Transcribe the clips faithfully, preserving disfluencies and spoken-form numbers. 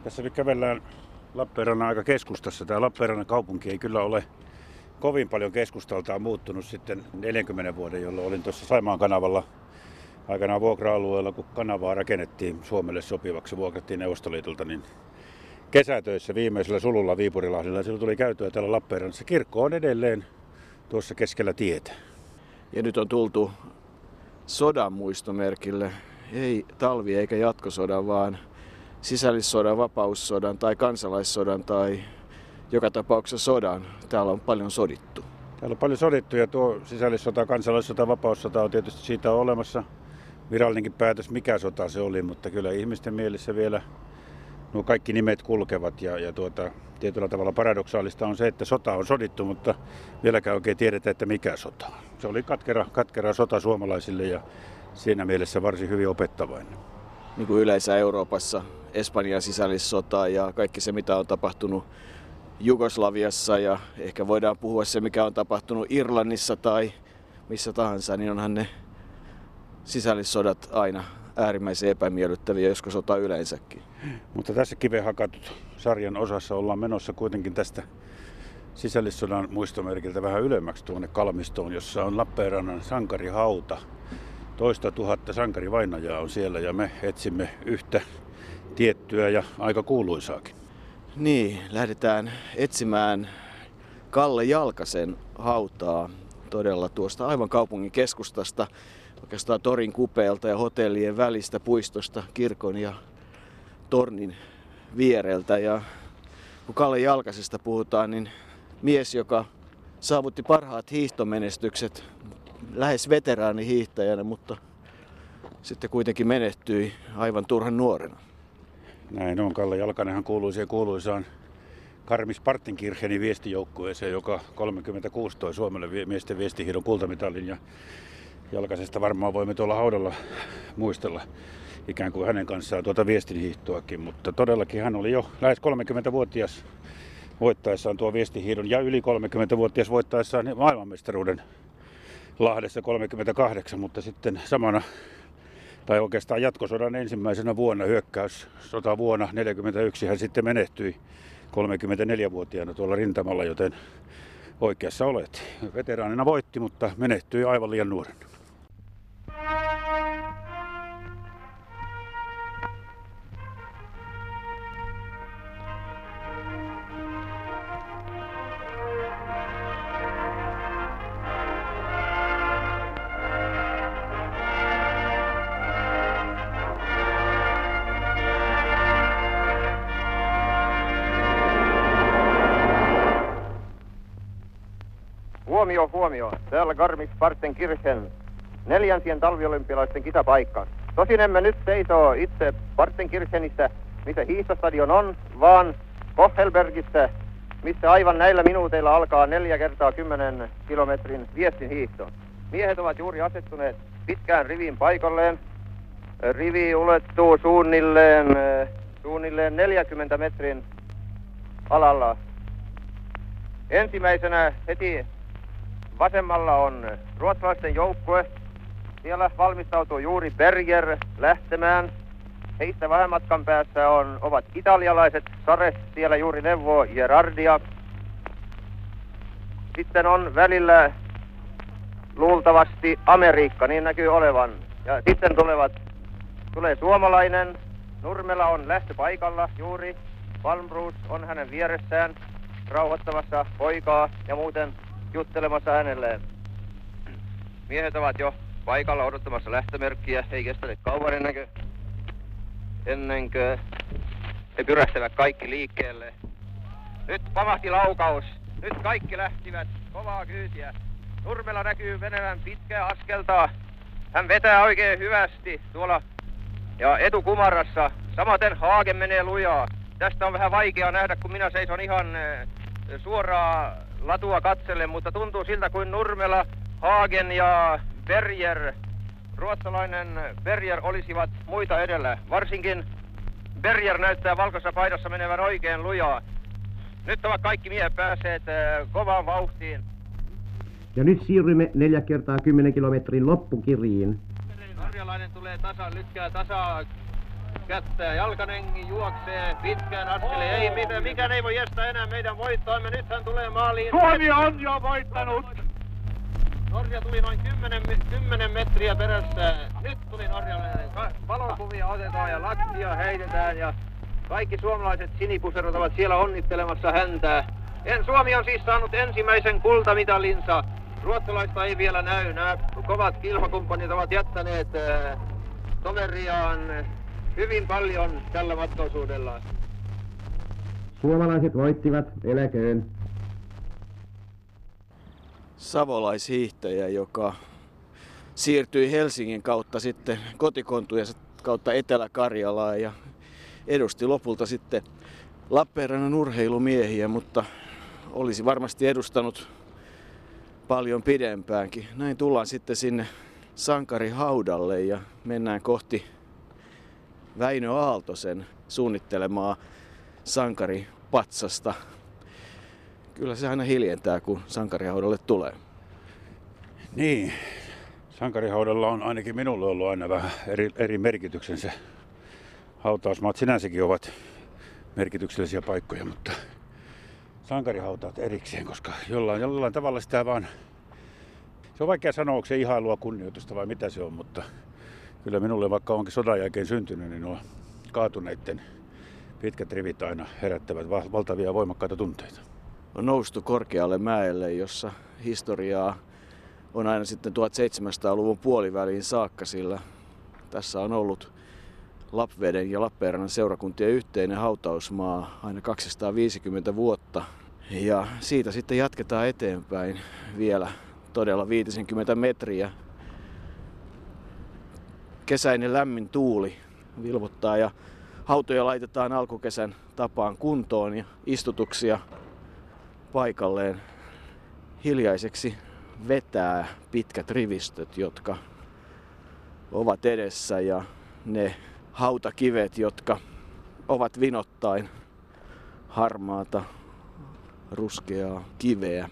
Tässä nyt kävellään Lappeenrannan aika keskustassa. Tämä Lappeenrannan kaupunki ei kyllä ole kovin paljon keskustaltaan muuttunut sitten neljänkymmenen vuoden, jolloin olin tuossa Saimaan kanavalla aikanaan vuokra-alueella, kun kanavaa rakennettiin Suomelle sopivaksi, vuokrattiin Neuvostoliitolta, niin kesätöissä viimeisellä sululla Viipurilahdella. Silloin tuli käytyä täällä Lappeenrannassa. Kirkko on edelleen tuossa keskellä tietä. Ja nyt on tultu sodan muistomerkille. Ei talvi- eikä jatkosodan, vaan sisällissodan, vapaussodan tai kansalaissodan tai joka tapauksessa sodan. Täällä on paljon sodittu. Täällä on paljon sodittu ja tuo sisällissota, kansalaissota, vapaussota on tietysti siitä on olemassa virallinenkin päätös, mikä sota se oli, mutta kyllä ihmisten mielessä vielä nuo kaikki nimet kulkevat ja, ja tuota, tietyllä tavalla paradoksaalista on se, että sota on sodittu, mutta vieläkään oikein tiedetä, että mikä sota. Se oli katkera, katkera sota suomalaisille ja siinä mielessä varsin hyvin opettavainen. Niin kuin yleensä Euroopassa, Espanjan sisällissota ja kaikki se, mitä on tapahtunut Jugoslaviassa ja ehkä voidaan puhua se, mikä on tapahtunut Irlannissa tai missä tahansa, niin onhan ne sisällissodat aina äärimmäisen epämiellyttäviä, joskus sota yleensäkin. Mutta tässä Kiveen hakatut sarjan osassa ollaan menossa kuitenkin tästä sisällissodan muistomerkiltä vähän ylemmäksi tuonne Kalmistoon, jossa on Lappeenrannan sankarihauta. Toista tuhatta sankarivainajaa on siellä ja me etsimme yhtä tiettyä ja aika kuuluisaakin. Niin, lähdetään etsimään Kalle Jalkasen hautaa todella tuosta aivan kaupungin keskustasta, oikeastaan torin kupeelta ja hotellien välistä puistosta, kirkon ja tornin viereltä. Ja kun Kalle Jalkasesta puhutaan, niin mies, joka saavutti parhaat hiihtomenestykset lähes veteraanihiihtäjänä, mutta sitten kuitenkin menehtyi aivan turhan nuorena. Näin on. Kalle Jalkanenhan kuului siihen kuuluisaan Garmisch-Partenkirchenin viestijoukkueeseen, joka kolmekymmentäkuusi toi Suomelle miesten viestihiidon kultamitalin. Ja Jalkasesta varmaan voimme tuolla haudalla muistella ikään kuin hänen kanssaan tuota viestinhiihtoakin, mutta todellakin hän oli jo lähes kolmekymmentävuotias voittaessaan tuo viestihiidon ja yli kolmekymmentävuotias voittaessaan maailmanmestaruuden Lahdessa kolmekymmentäkahdeksan, mutta sitten samana tai oikeastaan jatkosodan ensimmäisenä vuonna, hyökkäyssota vuonna neljäkymmentäyksi, hän sitten menehtyi kolmekymmentäneljävuotiaana tuolla rintamalla, joten oikeassa olet. Veteraanina voitti, mutta menehtyi aivan liian nuorena. Huomio, huomio. Täällä Garmisch-Partenkirchen neljänsien talviolympialaisten kisapaikka. Tosin emme nyt seisoo itse Partenkirchenissä, missä hiihtostadion on, vaan Koffelbergissä, missä aivan näillä minuuteilla alkaa neljä kertaa kymmenen kilometrin viestinhiihto. Miehet ovat juuri asettuneet pitkään riviin paikalleen. Rivi ulettuu suunnilleen, suunnilleen neljäkymmentä metrin alalla. Ensimmäisenä heti vasemmalla on ruotsalaisten joukkue. Siellä valmistautuu juuri Berger lähtemään. Heistä vähän matkan päässä on, ovat italialaiset. Sares siellä juuri neuvoo Gerardia. Sitten on välillä luultavasti Amerikka, niin näkyy olevan. Ja sitten tulevat, tulee suomalainen. Nurmela on lähtöpaikalla juuri. Palmroos on hänen vieressään rauhoittamassa poikaa ja muuten juttelemassa hänelleen. Miehet ovat jo paikalla odottamassa lähtömerkkiä. Ei kestänyt kauan ennen kuin, ennen kuin he pyrähtävät kaikki liikkeelle. Nyt pamahti laukaus. Nyt kaikki lähtivät kovaa kyytiä. Nurmela näkyy menevän pitkää askeltaa. Hän vetää oikein hyvästi tuolla ja etukumarassa. Samaten Hagen menee lujaa. Tästä on vähän vaikea nähdä, kun minä seison ihan suoraa latua katsellen, mutta tuntuu siltä kuin Nurmela, Hagen ja Berger, ruotsalainen Berger olisivat muita edellä. Varsinkin Berger näyttää valkoisessa paidassa menevän oikein lujaa. Nyt ovat kaikki miehet päässeet kovaan vauhtiin. Ja nyt siirrymme neljä kertaa kymmenen kilometrin loppukiriin. Karjalainen tulee tasa, lykkää tasa kättää. Jalkanen juoksee pitkään askeleen. Ei mitään, mikään ei voi estää enää meidän voittoamme. Nyt hän tulee maaliin. Suomi on jo voittanut! Norja tuli noin kymmenen metriä perässä. Nyt tuli norjalainen. Valokuvia otetaan ja lattia heitetään ja kaikki suomalaiset sinipuserot ovat siellä onnittelemassa häntä. En, Suomi on siis saanut ensimmäisen kultamitalinsa. Ruotsalaista ei vielä näy. Nämä kovat kilpakumppanit ovat jättäneet äh, toveriaan hyvin paljon tällä matkaosuudella. Suomalaiset voittivat, eläköön. Savolaishiihtäjä, joka siirtyi Helsingin kautta sitten kotikontujensa kautta Etelä-Karjalaan ja edusti lopulta sitten Lappeenrannan urheilumiehiä, mutta olisi varmasti edustanut paljon pidempäänkin. Näin tullaan sitten sinne sankarihaudalle ja mennään kohti Väinö Aaltosen suunnittelemaa sankaripatsasta. Kyllä se aina hiljentää, kun sankarihaudalle tulee. Niin, sankarihaudalla on ainakin minulle ollut aina vähän eri, eri merkityksensä. Hautausmaat sinänsäkin ovat merkityksellisiä paikkoja, mutta sankarihautaat erikseen, koska jollain, jollain tavalla sitä vaan... Se on vaikea sanoa, onko se ihailua, kunnioitusta vai mitä se on, mutta kyllä minulle, vaikka onkin sodan jälkeen syntynyt, niin nuo kaatuneiden pitkät rivit aina herättävät valtavia ja voimakkaita tunteita. On noustu korkealle mäelle, jossa historiaa on aina sitten tuhatseitsemänsataaluvun puoliväliin saakka, sillä tässä on ollut Lappveden ja Lappeenrannan seurakuntien yhteinen hautausmaa aina kaksisataaviisikymmentä vuotta. Ja siitä sitten jatketaan eteenpäin vielä todella viisikymmentä metriä. Kesäinen lämmin tuuli vilvottaa ja hautoja laitetaan alkukesän tapaan kuntoon ja istutuksia paikalleen. Hiljaiseksi vetää pitkät rivistöt, jotka ovat edessä, ja ne hautakivet, jotka ovat vinottain harmaata, ruskeaa kiveä.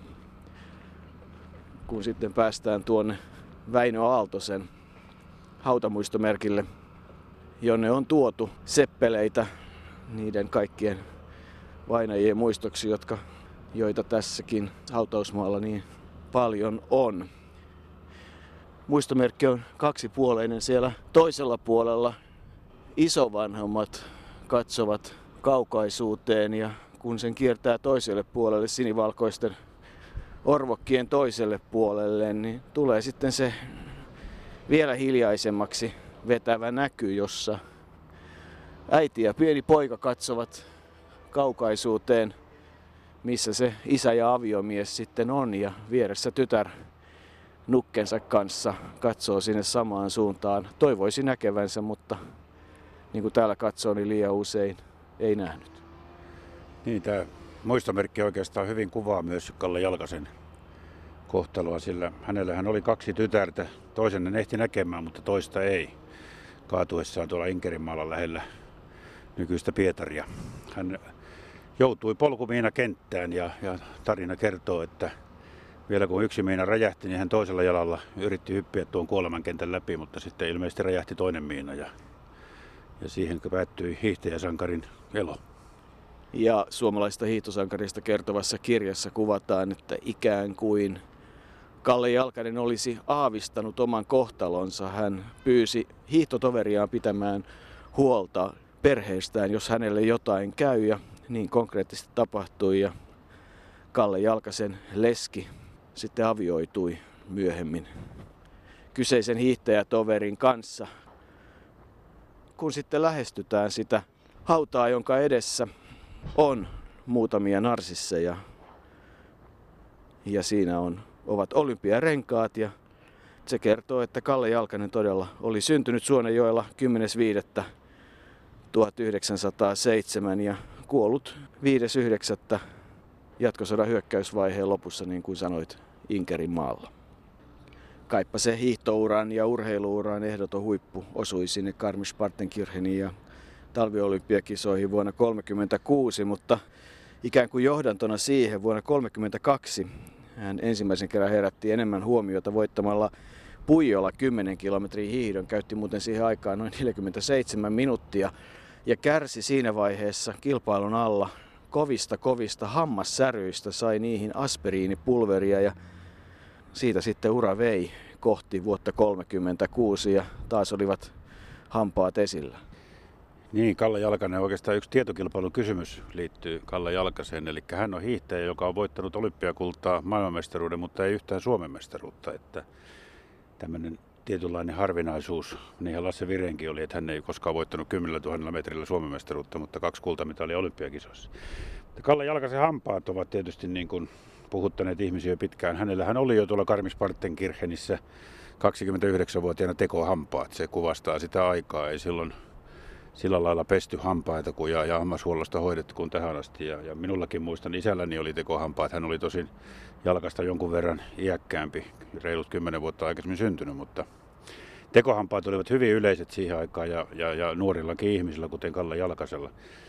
Kun sitten päästään tuonne Väinö Aaltosen hautamuistomerkille, jonne on tuotu seppeleitä niiden kaikkien vainajien muistoksi, jotka, joita tässäkin hautausmaalla niin paljon on. Muistomerkki on kaksipuoleinen. Siellä toisella puolella isovanhemmat katsovat kaukaisuuteen, ja kun sen kiertää toiselle puolelle, sinivalkoisten orvokkien toiselle puolelle, niin tulee sitten se vielä hiljaisemmaksi vetävä näky, jossa äiti ja pieni poika katsovat kaukaisuuteen, missä se isä ja aviomies sitten on, ja vieressä tytär nukkensa kanssa katsoo sinne samaan suuntaan. Toivoisi näkevänsä, mutta niin kuin täällä katsoo, niin liian usein ei nähnyt. Niin, tämä muistomerkki oikeastaan hyvin kuvaa myös Kalle Jalkasen kohtaloa, sillä hänellähän oli kaksi tytärtä. Toisen hän ehti näkemään, mutta toista ei, kaatuessaan tuolla Inkerinmaalla lähellä nykyistä Pietaria. Hän joutui polkumiinakenttään, ja, ja tarina kertoo, että vielä kun yksi miina räjähti, niin hän toisella jalalla yritti hyppiä tuon kuolemankentän läpi, mutta sitten ilmeisesti räjähti toinen miina, ja, ja siihen päättyi hiihtäjäsankarin elo. Ja suomalaista hiihtosankarista kertovassa kirjassa kuvataan, että ikään kuin Kalle Jalkanen olisi aavistanut oman kohtalonsa. Hän pyysi hiihtotoveriaan pitämään huolta perheestään, jos hänelle jotain käy, ja niin konkreettisesti tapahtui, ja Kalle Jalkasen leski sitten avioitui myöhemmin kyseisen hiihtäjätoverin kanssa. Kun sitten lähestytään sitä hautaa, jonka edessä on muutamia narsisseja, ja siinä on, ovat olympiarenkaat, ja se kertoo, että Kalle Jalkanen todella oli syntynyt Suonenjoella kymmenes viidettä tuhatyhdeksänsataaseitsemän ja kuollut viides yhdeksättä jatkosodan hyökkäysvaiheen lopussa, niin kuin sanoit, Inkerinmaalla. Kaipa se hiihtouran ja urheiluuran ehdoton huippu osui sinne Garmisch-Partenkircheniin ja talviolympiakisoihin vuonna tuhatyhdeksänsataakolmekymmentäkuusi, mutta ikään kuin johdantona siihen vuonna tuhatyhdeksänsataakolmekymmentäkaksi hän ensimmäisen kerran herätti enemmän huomiota voittamalla Puijola kymmenen kilometrin hiihdon, käytti muuten siihen aikaan noin neljäkymmentäseitsemän minuuttia ja kärsi siinä vaiheessa kilpailun alla kovista kovista hammassäryistä, sai niihin aspiriinipulveria ja siitä sitten ura vei kohti vuotta kolmekymmentäkuusi ja taas olivat hampaat esillä. Niin, Kalle Jalkanen, oikeastaan yksi tietokilpailukysymys liittyy Kalle Jalkaseen, eli hän on hiihtäjä, joka on voittanut olympiakultaa, maailmanmestaruuden, mutta ei yhtään Suomen mestaruutta, että tämmöinen tietynlainen harvinaisuus, niinhän Lasse Virenkin oli, että hän ei koskaan voittanut kymmenellätuhannella metrillä Suomen mestaruutta, mutta kaksi kultamitalia olympiakisoissa. Kalle Jalkasen hampaat ovat tietysti niin kuin puhuttaneet ihmisiä pitkään. Hänellähän oli jo tuolla Garmisch-Partenkirchenissä kaksikymmentäyhdeksänvuotiaana tekohampaat. Se kuvastaa sitä aikaa. Ei silloin sillä lailla pesty hampaita kuin ja, ja hammashuollosta hoidettu kuin tähän asti. Ja, ja minullakin muistan, isälläni oli tekohampaat. Hän oli tosin Jalkasta jonkun verran iäkkäämpi, reilut kymmenen vuotta aikaisemmin syntynyt, mutta tekohampaat olivat hyvin yleiset siihen aikaan ja, ja, ja nuorillakin ihmisillä, kuten Kalle Jalkasella.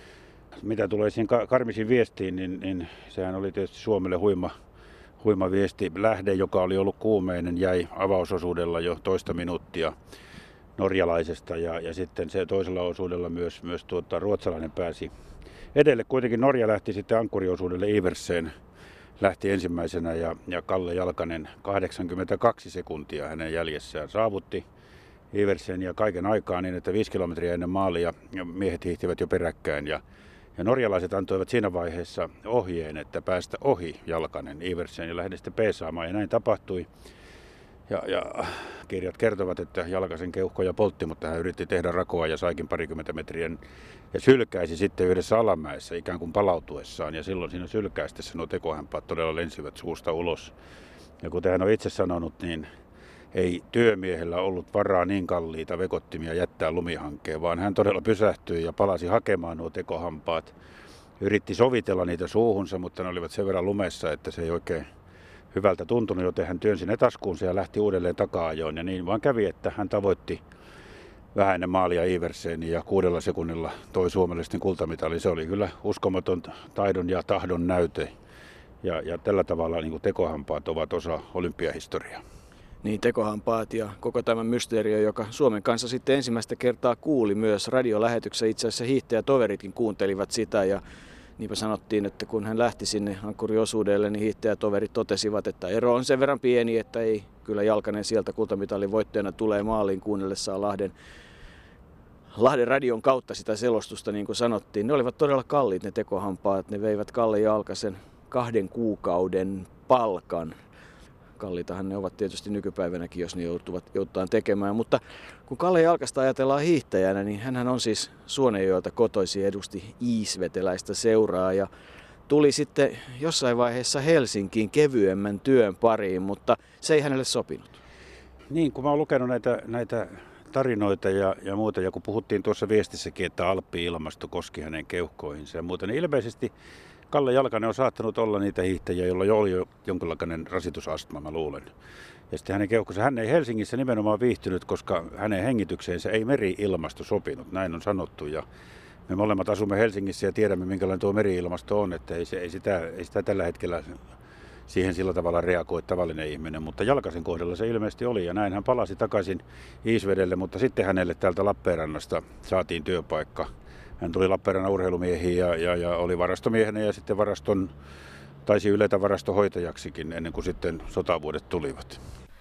Mitä tulee siihen Garmischin viestiin, niin, niin sehän oli tietysti Suomelle huima, huima viesti. Lähde, joka oli ollut kuumeinen, jäi avausosuudella jo toista minuuttia norjalaisesta ja, ja sitten se toisella osuudella myös, myös tuota, ruotsalainen pääsi edelle. Kuitenkin Norja lähti sitten ankkuriosuudelle Iverseen, lähti ensimmäisenä ja, ja Kalle Jalkanen kahdeksankymmentäkaksi sekuntia hänen jäljessään saavutti Iverseen ja kaiken aikaa niin, että viisi kilometriä ennen maalia miehet hiihtivät jo peräkkäin ja Ja norjalaiset antoivat siinä vaiheessa ohjeen, että päästä ohi Jalkanen Iverseen ja lähde sitten peesaamaan. Ja näin tapahtui. Ja, ja kirjat kertovat, että Jalkasen keuhkoja poltti, mutta hän yritti tehdä rakoa ja saikin parikymmentä metriä. Ja sylkäisi sitten yhdessä alamäessä ikään kuin palautuessaan. Ja silloin siinä sylkäistessä nuo tekohampaat todella lensivät suusta ulos. Ja kuten hän on itse sanonut, niin ei työmiehellä ollut varaa niin kalliita vekottimia jättää lumihankkeen, vaan hän todella pysähtyi ja palasi hakemaan nuo tekohampaat. Yritti sovitella niitä suuhunsa, mutta ne olivat sen verran lumessa, että se ei oikein hyvältä tuntunut, joten hän työnsi ne taskuunsa ja lähti uudelleen taka-ajoon. Ja niin vaan kävi, että hän tavoitti vähän ennen maalia Iverseen ja kuudella sekunnilla toi Suomelle sitten kultamitali. Se oli kyllä uskomaton taidon ja tahdon näyte. Ja, ja tällä tavalla niin kuin tekohampaat ovat osa olympiahistoriaa. Niin, tekohampaat ja koko tämä mysteeriö, joka Suomen kanssa sitten ensimmäistä kertaa kuuli myös radiolähetyksessä. Itse asiassa hiihtäjätoveritkin kuuntelivat sitä ja niinpä sanottiin, että kun hän lähti sinne ankkuriosuudelle, niin hiihtäjätoverit totesivat, että ero on sen verran pieni, että ei kyllä Jalkanen sieltä kultamitalin voittajana tulee maaliin kuunnellessaan Lahden, Lahden radion kautta sitä selostusta, niin kuin sanottiin. Ne olivat todella kalliit ne tekohampaat, ne veivät Kalle Jalkasen kahden kuukauden palkan. Kalliitahan ne ovat tietysti nykypäivänäkin, jos ne joutuvat, joudutaan tekemään. Mutta kun Kalle Jalkasta ajatellaan hiihtäjänä, niin hänhän on siis Suonenjoelta kotoisin, edusti iisveteläistä seuraa ja tuli sitten jossain vaiheessa Helsinkiin kevyemmän työn pariin, mutta se ei hänelle sopinut. Niin, kun mä oon lukenut näitä, näitä tarinoita ja, ja muuta, ja kun puhuttiin tuossa viestissäkin, että alppi-ilmasto koski hänen keuhkoihinsa ja muuta, niin ilmeisesti Kalle Jalkanen on saattanut olla niitä hiihtäjiä, joilla jo oli jo jonkinlainen rasitusastma, mä luulen. Ja sitten hänen keuhkonsa, hän ei Helsingissä nimenomaan viihtynyt, koska hänen hengitykseensä ei meri-ilmasto sopinut, näin on sanottu. Ja me molemmat asumme Helsingissä ja tiedämme, minkälainen tuo meri-ilmasto on, että ei, se, ei, sitä, ei sitä tällä hetkellä siihen sillä tavalla reagoi tavallinen ihminen. Mutta Jalkasen kohdalla se ilmeisesti oli ja näin hän palasi takaisin Iisvedelle, mutta sitten hänelle täältä Lappeenrannasta saatiin työpaikka. Hän tuli Lappeenrannan urheilumiehiin ja, ja, ja oli varastomiehenä ja sitten varaston, taisi yletä varastohoitajaksikin ennen kuin sitten sotavuodet tulivat.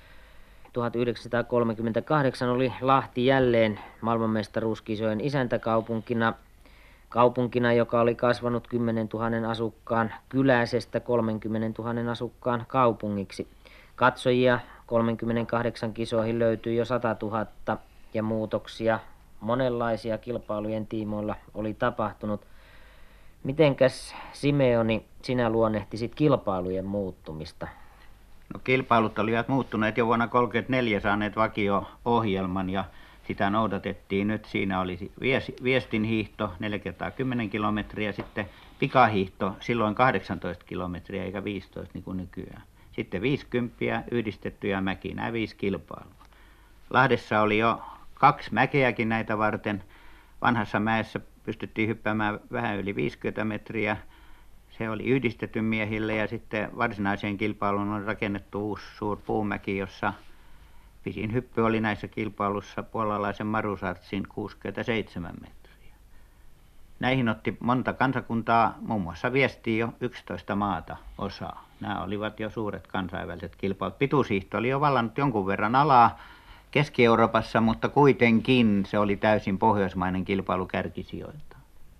tuhatyhdeksänsataakolmekymmentäkahdeksan oli Lahti jälleen maailmanmestaruuskisojen isäntäkaupunkina. Kaupunkina, joka oli kasvanut kymmenentuhannen asukkaan kyläisestä kolmekymmentätuhatta asukkaan kaupungiksi. Katsojia kolmekymmentäkahdeksan kisoihin löytyi jo satatuhatta ja muutoksia monenlaisia kilpailujen tiimoilla oli tapahtunut. Mitenkäs Simeoni, sinä luonnehtisit kilpailujen muuttumista? No, kilpailut olivat muuttuneet jo vuonna tuhatyhdeksänsataakolmekymmentäneljä saaneet vakio-ohjelman ja sitä noudatettiin nyt. Siinä oli viestinhiihto neljä kertaa kymmenen kilometriä, sitten pikahiihto silloin kahdeksantoista kilometriä eikä viisitoista niin kuin nykyään. Sitten viisikymmentä yhdistettyjä mäkiä, nämä viisi kilpailua. Lahdessa oli jo kaksi mäkeäkin näitä varten. Vanhassa mäessä pystyttiin hyppäämään vähän yli viisikymmentä metriä. Se oli yhdistetty miehille ja sitten varsinaiseen kilpailuun on rakennettu uusi suuri puumäki, jossa Pisin hyppy oli näissä kilpailussa puolalaisen Marusartsin kuusikymmentäseitsemän metriä. Näihin otti monta kansakuntaa, muun muassa Viestiin jo yksitoista maata osaa. Nämä olivat jo suuret kansainväliset kilpailut. Pituushiihto oli jo vallannut jonkun verran alaa Keski-Euroopassa, mutta kuitenkin se oli täysin pohjoismainen kilpailu kärkisijoilta.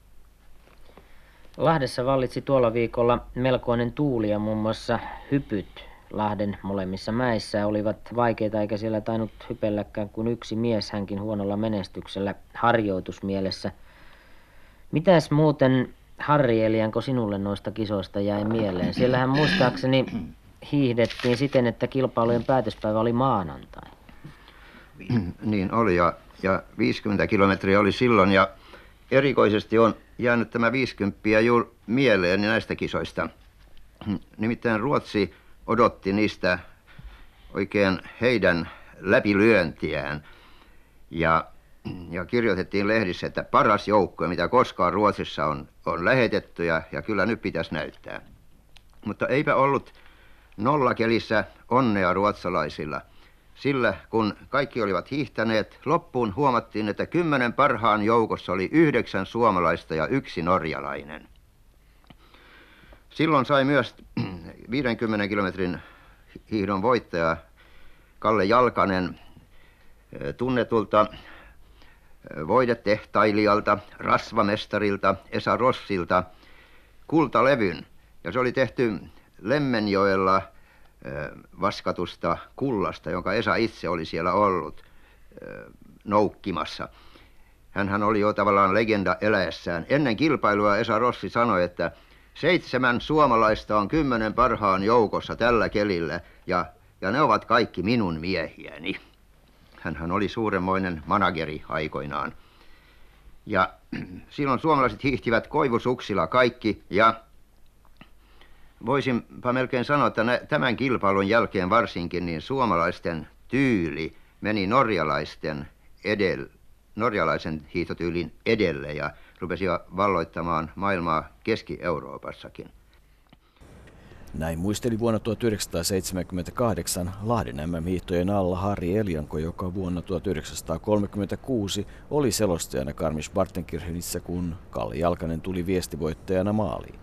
Lahdessa vallitsi tuolla viikolla melkoinen tuuli ja muun muassa hypyt Lahden molemmissa mäissä olivat vaikeita, eikä siellä tainnut hypelläkään kuin yksi mies, hänkin huonolla menestyksellä harjoitusmielessä. Mitäs muuten, Harri Elianko, sinulle noista kisoista jäi mieleen? Siellähän muistaakseni hiihdettiin siten, että kilpailujen päätöspäivä oli maanantai. Niin oli, ja, ja viisikymmentä kilometriä oli silloin, ja erikoisesti on jäänyt tämä viisikymmentä juuri mieleen näistä kisoista. Nimittäin Ruotsi odotti niistä oikein heidän läpilyöntiään, ja, ja kirjoitettiin lehdissä, että paras joukko, mitä koskaan Ruotsissa on, on lähetetty, ja, ja kyllä nyt pitäisi näyttää. Mutta eipä ollut nollakelissä onnea ruotsalaisilla. Sillä kun kaikki olivat hiihtäneet, loppuun huomattiin, että kymmenen parhaan joukossa oli yhdeksän suomalaista ja yksi norjalainen. Silloin sai myös viidenkymmenen kilometrin hiihdon voittaja Kalle Jalkanen tunnetulta voidetehtailijalta, rasvamestarilta Esa Rossilta kultalevyn. Ja se oli tehty Lemmenjoella vaskatusta kullasta, jonka Esa itse oli siellä ollut noukkimassa. Hänhän oli jo tavallaan legenda eläessään. Ennen kilpailua Esa Rossi sanoi, että seitsemän suomalaista on kymmenen parhaan joukossa tällä kelillä, ja, ja ne ovat kaikki minun miehiäni. Hänhän oli suuremmoinen manageri aikoinaan. Ja silloin suomalaiset hiihtivät koivusuksilla kaikki, ja voisinpa melkein sanoa, että tämän kilpailun jälkeen varsinkin niin suomalaisten tyyli meni norjalaisten edelle, norjalaisen hiihtotyylin edelle ja rupesi valloittamaan maailmaa Keski-Euroopassakin. Näin muisteli vuonna tuhatyhdeksänsataaseitsemänkymmentäkahdeksan Lahden M M-hiihtojen alla Harri Elianko, joka vuonna tuhatyhdeksänsataakolmekymmentäkuusi oli selostajana Garmisch-Partenkirchenissä, kun Kalle Jalkanen tuli viestivoittajana maaliin.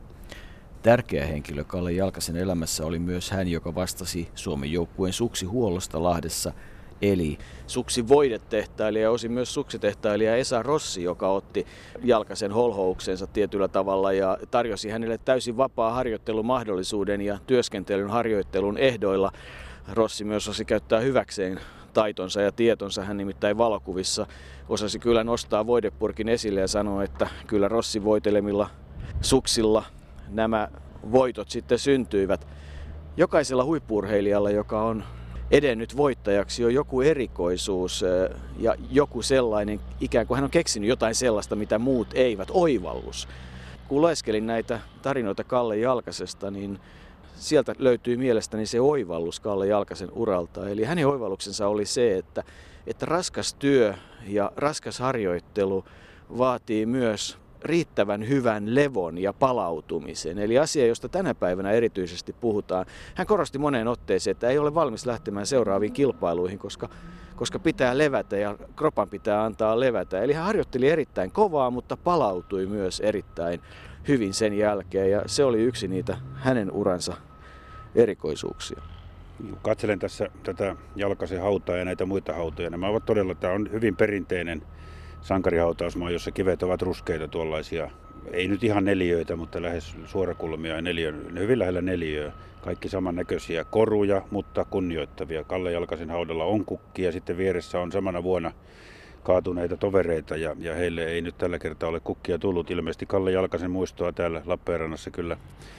Tärkeä henkilö Kalle Jalkasen elämässä oli myös hän, joka vastasi Suomen joukkueen suksihuollosta Lahdessa, eli suksivoidetehtailija ja osin myös suksitehtailija Esa Rossi, joka otti Jalkasen holhouksensa tietyllä tavalla ja tarjosi hänelle täysin vapaa harjoittelumahdollisuuden ja työskentelyn harjoittelun ehdoilla. Rossi myös osasi käyttää hyväkseen taitonsa ja tietonsa. Hän nimittäin valokuvissa osasi kyllä nostaa voidepurkin esille ja sanoa, että kyllä Rossi voitelemilla suksilla nämä voitot sitten syntyivät. Jokaisella huippu-urheilijalla, joka on edennyt voittajaksi, on joku erikoisuus ja joku sellainen, ikään kuin hän on keksinyt jotain sellaista, mitä muut eivät, oivallus. Kun lueskelin näitä tarinoita Kalle Jalkasesta, niin sieltä löytyy mielestäni se oivallus Kalle Jalkasen uralta. Eli hänen oivalluksensa oli se, että, että raskas työ ja raskas harjoittelu vaatii myös riittävän hyvän levon ja palautumisen. Eli asia, josta tänä päivänä erityisesti puhutaan. Hän korosti moneen otteeseen, että ei ole valmis lähtemään seuraaviin kilpailuihin, koska, koska pitää levätä ja kropan pitää antaa levätä. Eli hän harjoitteli erittäin kovaa, mutta palautui myös erittäin hyvin sen jälkeen. Ja se oli yksi niitä hänen uransa erikoisuuksia. Katselen tässä tätä Jalkasen hautaa ja näitä muita hautoja. Nämä ovat todella, tämä on hyvin perinteinen sankarihautausmaa, jossa kivet ovat ruskeita tuollaisia, ei nyt ihan neliöitä, mutta lähes suorakulmia ja neliö, hyvin lähellä neliöä. Kaikki samannäköisiä koruja, mutta kunnioittavia. Kalle Jalkasen haudalla on kukkia, sitten vieressä on samana vuonna kaatuneita tovereita ja, ja heille ei nyt tällä kertaa ole kukkia tullut. Ilmeisesti Kalle Jalkasen muistoa täällä Lappeenrannassa kyllä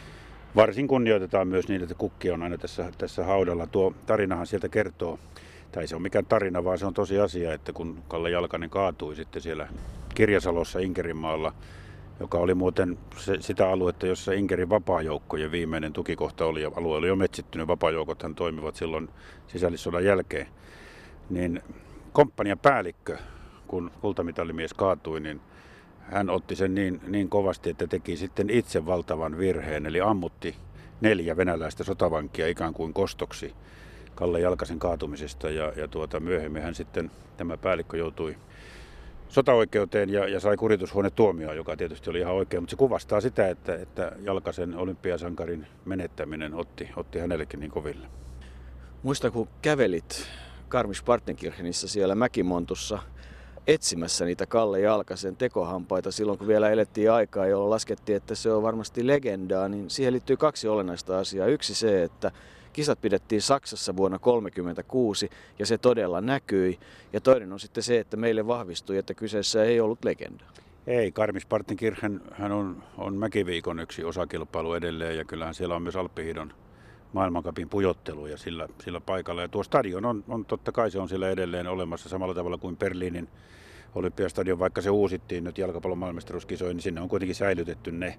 varsin kunnioitetaan myös niin, että kukki on aina tässä, tässä haudalla. Tuo tarinahan sieltä kertoo. Tai ei se ole mikään tarina, vaan se on tosi asia, että kun Kalle Jalkanen kaatui sitten siellä Kirjasalossa Inkerinmaalla, joka oli muuten se, sitä aluetta, jossa Inkerin vapaajoukkojen viimeinen tukikohta oli, ja alue oli jo metsittynyt, vapaajoukothan toimivat silloin sisällissodan jälkeen, niin komppanian päällikkö, kun kultamitalimies kaatui, niin hän otti sen niin, niin kovasti, että teki sitten itse valtavan virheen, eli ammutti neljä venäläistä sotavankia ikään kuin kostoksi Kalle Jalkasen kaatumisesta ja, ja tuota, myöhemmin hän sitten, tämä päällikkö joutui sotaoikeuteen ja, ja sai kuritushuonetuomioon, joka tietysti oli ihan oikein, mutta se kuvastaa sitä, että, että Jalkasen olympiasankarin menettäminen otti, otti hänellekin niin koville. Muistan, kun kävelit Garmisch-Partenkirchenissä siellä Mäkimontussa etsimässä niitä Kalle Jalkasen tekohampaita silloin, kun vielä elettiin aikaa, jolloin laskettiin, että se on varmasti legendaa, niin siihen liittyy kaksi olennaista asiaa. Yksi se, että kisat pidettiin Saksassa vuonna tuhatyhdeksänsataakolmekymmentäkuusi ja se todella näkyi. Ja toinen on sitten se, että meille vahvistui, että kyseessä ei ollut legenda. Ei, Garmisch-Partenkirchen hän on, on Mäkiviikon yksi osakilpailu edelleen ja kyllähän siellä on myös Alppihiidon maailmancupin pujotteluja sillä, sillä paikalla. Ja tuo stadion on, on totta kai se on siellä edelleen olemassa samalla tavalla kuin Berliinin olympiastadion, vaikka se uusittiin nyt jalkapallon maailmanmestaruuskisoihin, niin sinne on kuitenkin säilytetty ne,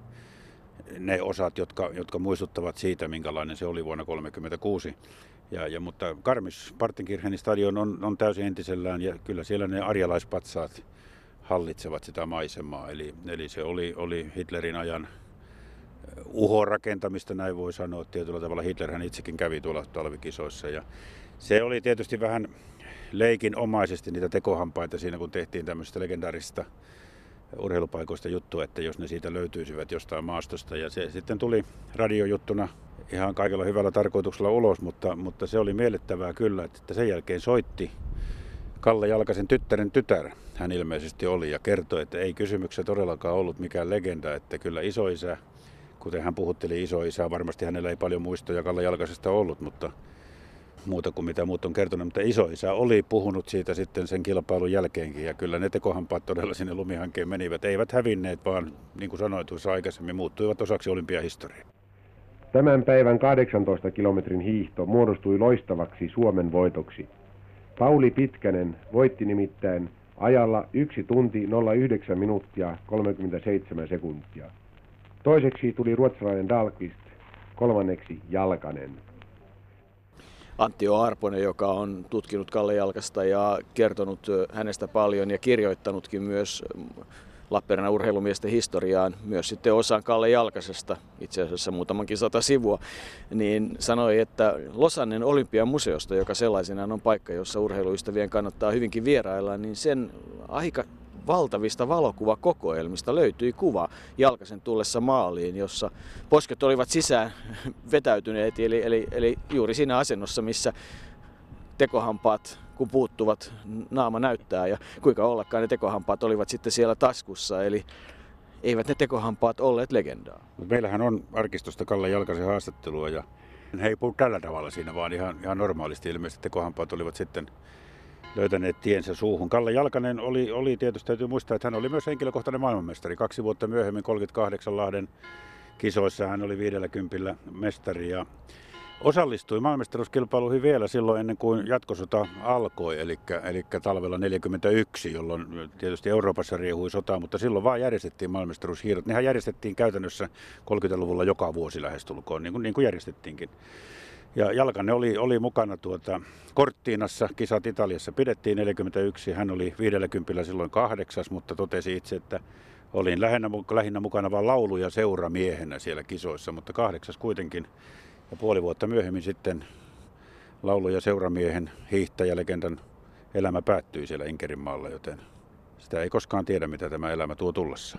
ne osat, jotka, jotka muistuttavat siitä, minkälainen se oli vuonna tuhatyhdeksänsataakolmekymmentäkuusi. Ja, ja, mutta Garmisch-Partenkirchenin stadion on, on täysin entisellään ja kyllä siellä ne arjalaispatsaat hallitsevat sitä maisemaa. Eli, eli se oli, oli Hitlerin ajan uhon rakentamista, näin voi sanoa. Tietyllä tavalla Hitlerhän itsekin kävi tuolla talvikisoissa. Ja se oli tietysti vähän leikinomaisesti niitä tekohampaita siinä, kun tehtiin tämmöistä legendaarisista urheilupaikoista juttua, että jos ne siitä löytyisivät jostain maastosta. Ja se sitten tuli radiojuttuna ihan kaikella hyvällä tarkoituksella ulos, mutta, mutta se oli miellyttävää kyllä, että sen jälkeen soitti Kalle Jalkasen tyttären tytär. Hän ilmeisesti oli ja kertoi, että ei kysymyksessä todellakaan ollut mikään legenda, että kyllä isoisä, kuten hän puhutteli isoisää, varmasti hänellä ei paljon muistoja Kalle Jalkasesta ollut, mutta muuta kuin mitä muut on kertonut, mutta isoisä oli puhunut siitä sitten sen kilpailun jälkeenkin ja kyllä ne tekohampaat todella sinne lumihankeen menivät. Eivät hävinneet, vaan niin kuin sanoin tuossa aikaisemmin, muuttuivat osaksi olympiahistoriaa. Tämän päivän kahdeksantoista kilometrin hiihto muodostui loistavaksi Suomen voitoksi. Pauli Pitkänen voitti nimittäin ajalla yksi tunti nolla yhdeksän minuuttia kolmekymmentäseitsemän sekuntia. Toiseksi tuli ruotsalainen Dahlqvist, kolmanneksi Jalkanen. Antti O. Arponen, joka on tutkinut Kalle Jalkasta ja kertonut hänestä paljon ja kirjoittanutkin myös Lappeenrannan urheilumiesten historiaan, myös sitten osan Kalle Jalkasesta, itse asiassa muutamankin sata sivua, niin sanoi, että Losannen olympiamuseosta, joka sellaisenaan on paikka, jossa urheiluystävien kannattaa hyvinkin vierailla, niin sen aika valtavista valokuvakokoelmista löytyi kuva Jalkasen tullessa maaliin, jossa posket olivat sisään vetäytyneet, eli, eli, eli juuri siinä asennossa, missä tekohampaat, kun puuttuvat, naama näyttää, ja kuinka ollakaan ne tekohampaat olivat sitten siellä taskussa, eli eivät ne tekohampaat olleet legendaa. Meillähän on arkistosta Kalle Jalkasen haastattelua, ja he ei puhu tällä tavalla siinä, vaan ihan, ihan normaalisti ilmeisesti tekohampaat olivat sitten löytäneet tiensä suuhun. Kalle Jalkanen oli, oli tietysti, täytyy muistaa, että hän oli myös henkilökohtainen maailmanmestari. Kaksi vuotta myöhemmin, kolmekymmentäkahdeksan Lahden kisoissa, hän oli viidelläkympillä mestari ja osallistui maailmanmestaruuskilpailuihin vielä silloin ennen kuin jatkosota alkoi, eli, eli talvella neljäkymmentäyksi, jolloin tietysti Euroopassa riehui sota, mutta silloin vaan järjestettiin maailmanmestaruushiirot. Nehän järjestettiin käytännössä kolmekymmentäluvulla joka vuosi lähestulkoon, niin kuin, niin kuin järjestettiinkin. Ja Jalkanen oli, oli mukana tuota Cortinassa, kisat Italiassa pidettiin neljäkymmentäyksi, hän oli viidelläkympillä silloin kahdeksas, mutta totesi itse, että olin lähinnä, lähinnä mukana vain laulu- ja seuramiehenä siellä kisoissa, mutta kahdeksas kuitenkin. Ja puoli vuotta myöhemmin sitten laulu- ja seuramiehen hiihtäjälegendan elämä päättyi siellä Inkerinmaalla, joten sitä ei koskaan tiedä, mitä tämä elämä tuo tullessa.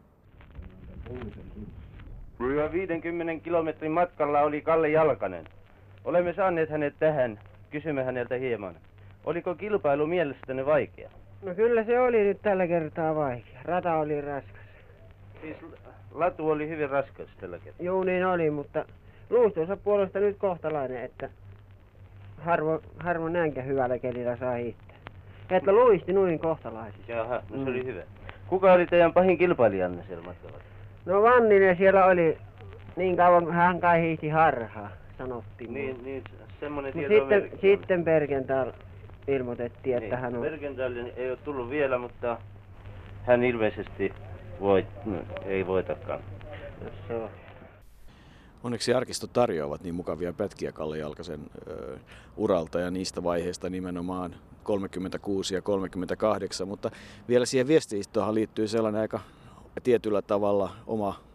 Yli viidenkymmenen kilometrin matkalla oli Kalle Jalkanen. Olemme saaneet hänet tähän. Kysymme häneltä hieman. Oliko kilpailu mielestänne vaikea? No kyllä se oli nyt tällä kertaa vaikea. Rata oli raskas. Siis latu oli hyvin raskas tällä kertaa. Joo niin oli, mutta luistonsa puolesta nyt kohtalainen, että harvo, harvo näinkään hyvällä kelillä saa hiihtää. Että luisti noin kohtalaisissa. Jaha, no se mm. oli hyvä. Kuka oli teidän pahin kilpailijanne siellä matkalla? No Vanninen siellä oli niin kauan, kun hän kai hiihti harhaa, sanottiin. Niin, niin semmoinen no tieto sitten, sitten Bergenthal ilmoitettiin, että niin, hän on... Bergenthal ei ole tullut vielä, mutta hän ilmeisesti voit, no, ei voitakaan. No, se on. Onneksi arkistot tarjoavat niin mukavia pätkiä Kalle Jalkasen ö, uralta ja niistä vaiheista nimenomaan kolmekymmentäkuusi ja kolmekymmentäkahdeksan, mutta vielä siihen viestihiihtoon liittyy sellainen aika tietyllä tavalla oma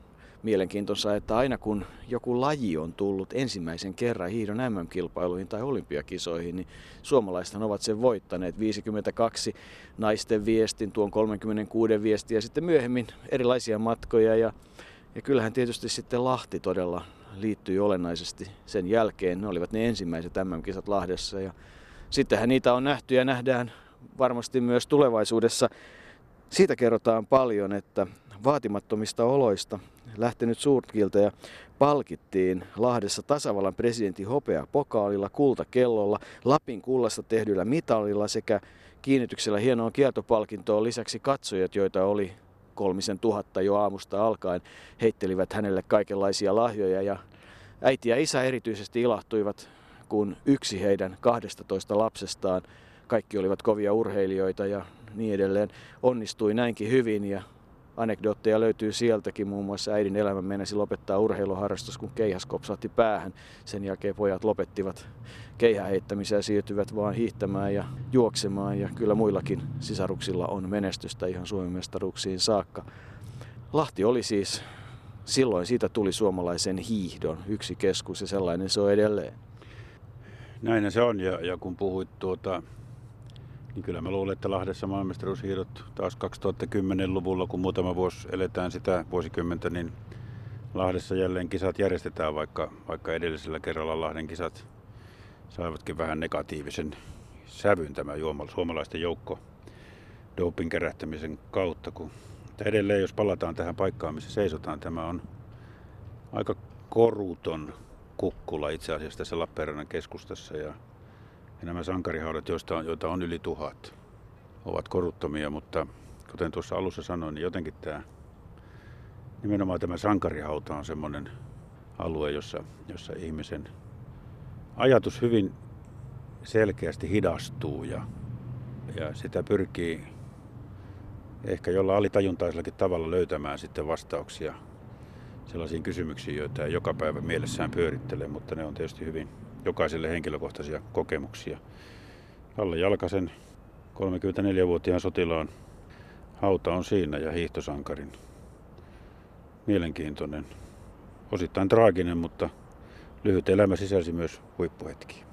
mielenkiintonsa, että aina kun joku laji on tullut ensimmäisen kerran hiihdon M M-kilpailuihin tai olympiakisoihin, niin suomalaisethan ovat sen voittaneet. viisikymmentäkaksi naisten viestin, tuon kolmekymmentäkuusi viestiä ja sitten myöhemmin erilaisia matkoja. Ja, ja kyllähän tietysti sitten Lahti todella liittyi olennaisesti sen jälkeen. Ne olivat ne ensimmäiset M M-kisat Lahdessa ja sittenhän niitä on nähty ja nähdään varmasti myös tulevaisuudessa. Siitä kerrotaan paljon, että vaatimattomista oloista lähtenyt suurkiiltäjä palkittiin Lahdessa tasavallan presidentin hopeapokaalilla, kultakellolla, Lapin kullasta tehdyllä mitalilla sekä kiinnityksellä hienoon kiertopalkintoon. Lisäksi katsojat, joita oli kolmisen tuhatta jo aamusta alkaen, heittelivät hänelle kaikenlaisia lahjoja ja äiti ja isä erityisesti ilahtuivat, kun yksi heidän kahdestatoista lapsestaan, kaikki olivat kovia urheilijoita ja niin edelleen, onnistui näinkin hyvin ja anekdootteja löytyy sieltäkin, muun muassa äidin elämä meinasi lopettaa urheiluharrastus, kun keihäs kopsahti päähän. Sen jälkeen pojat lopettivat keihäheittämisen ja siirtyivät vaan hiihtämään ja juoksemaan ja kyllä muillakin sisaruksilla on menestystä ihan Suomen mestaruuksiin saakka. Lahti oli siis, silloin siitä tuli suomalaisen hiihdon yksi keskus ja sellainen se on edelleen. Näin se on ja, ja kun puhuit tuota, niin kyllä mä luulen, että Lahdessa maailmanmestaruushiihdot taas kaksituhattakymmenluvulla, kun muutama vuosi eletään sitä vuosikymmentä, niin Lahdessa jälleen kisat järjestetään, vaikka, vaikka edellisellä kerralla Lahden kisat saivatkin vähän negatiivisen sävyn tämä suomalaisten joukko doping kerähtämisen kautta. Kun, edelleen jos palataan tähän paikkaan, missä seisotaan, tämä on aika koruton kukkula itse asiassa tässä Lappeenrannan keskustassa ja Ja nämä sankarihaudat, joista on, joita on yli tuhat, ovat koruttomia, mutta kuten tuossa alussa sanoin, niin jotenkin tämä, nimenomaan tämä sankarihauta on semmoinen alue, jossa, jossa ihmisen ajatus hyvin selkeästi hidastuu ja, ja sitä pyrkii ehkä jollain alitajuntaisella tavalla löytämään sitten vastauksia sellaisiin kysymyksiin, joita ei joka päivä mielessään pyörittelee, mutta ne on tietysti hyvin jokaiselle henkilökohtaisia kokemuksia. Kalle Jalkasen kolmekymmentäneljävuotiaan sotilaan hauta on siinä ja hiihtosankarin. Mielenkiintoinen, osittain traaginen, mutta lyhyt elämä sisälsi myös huippuhetkiä.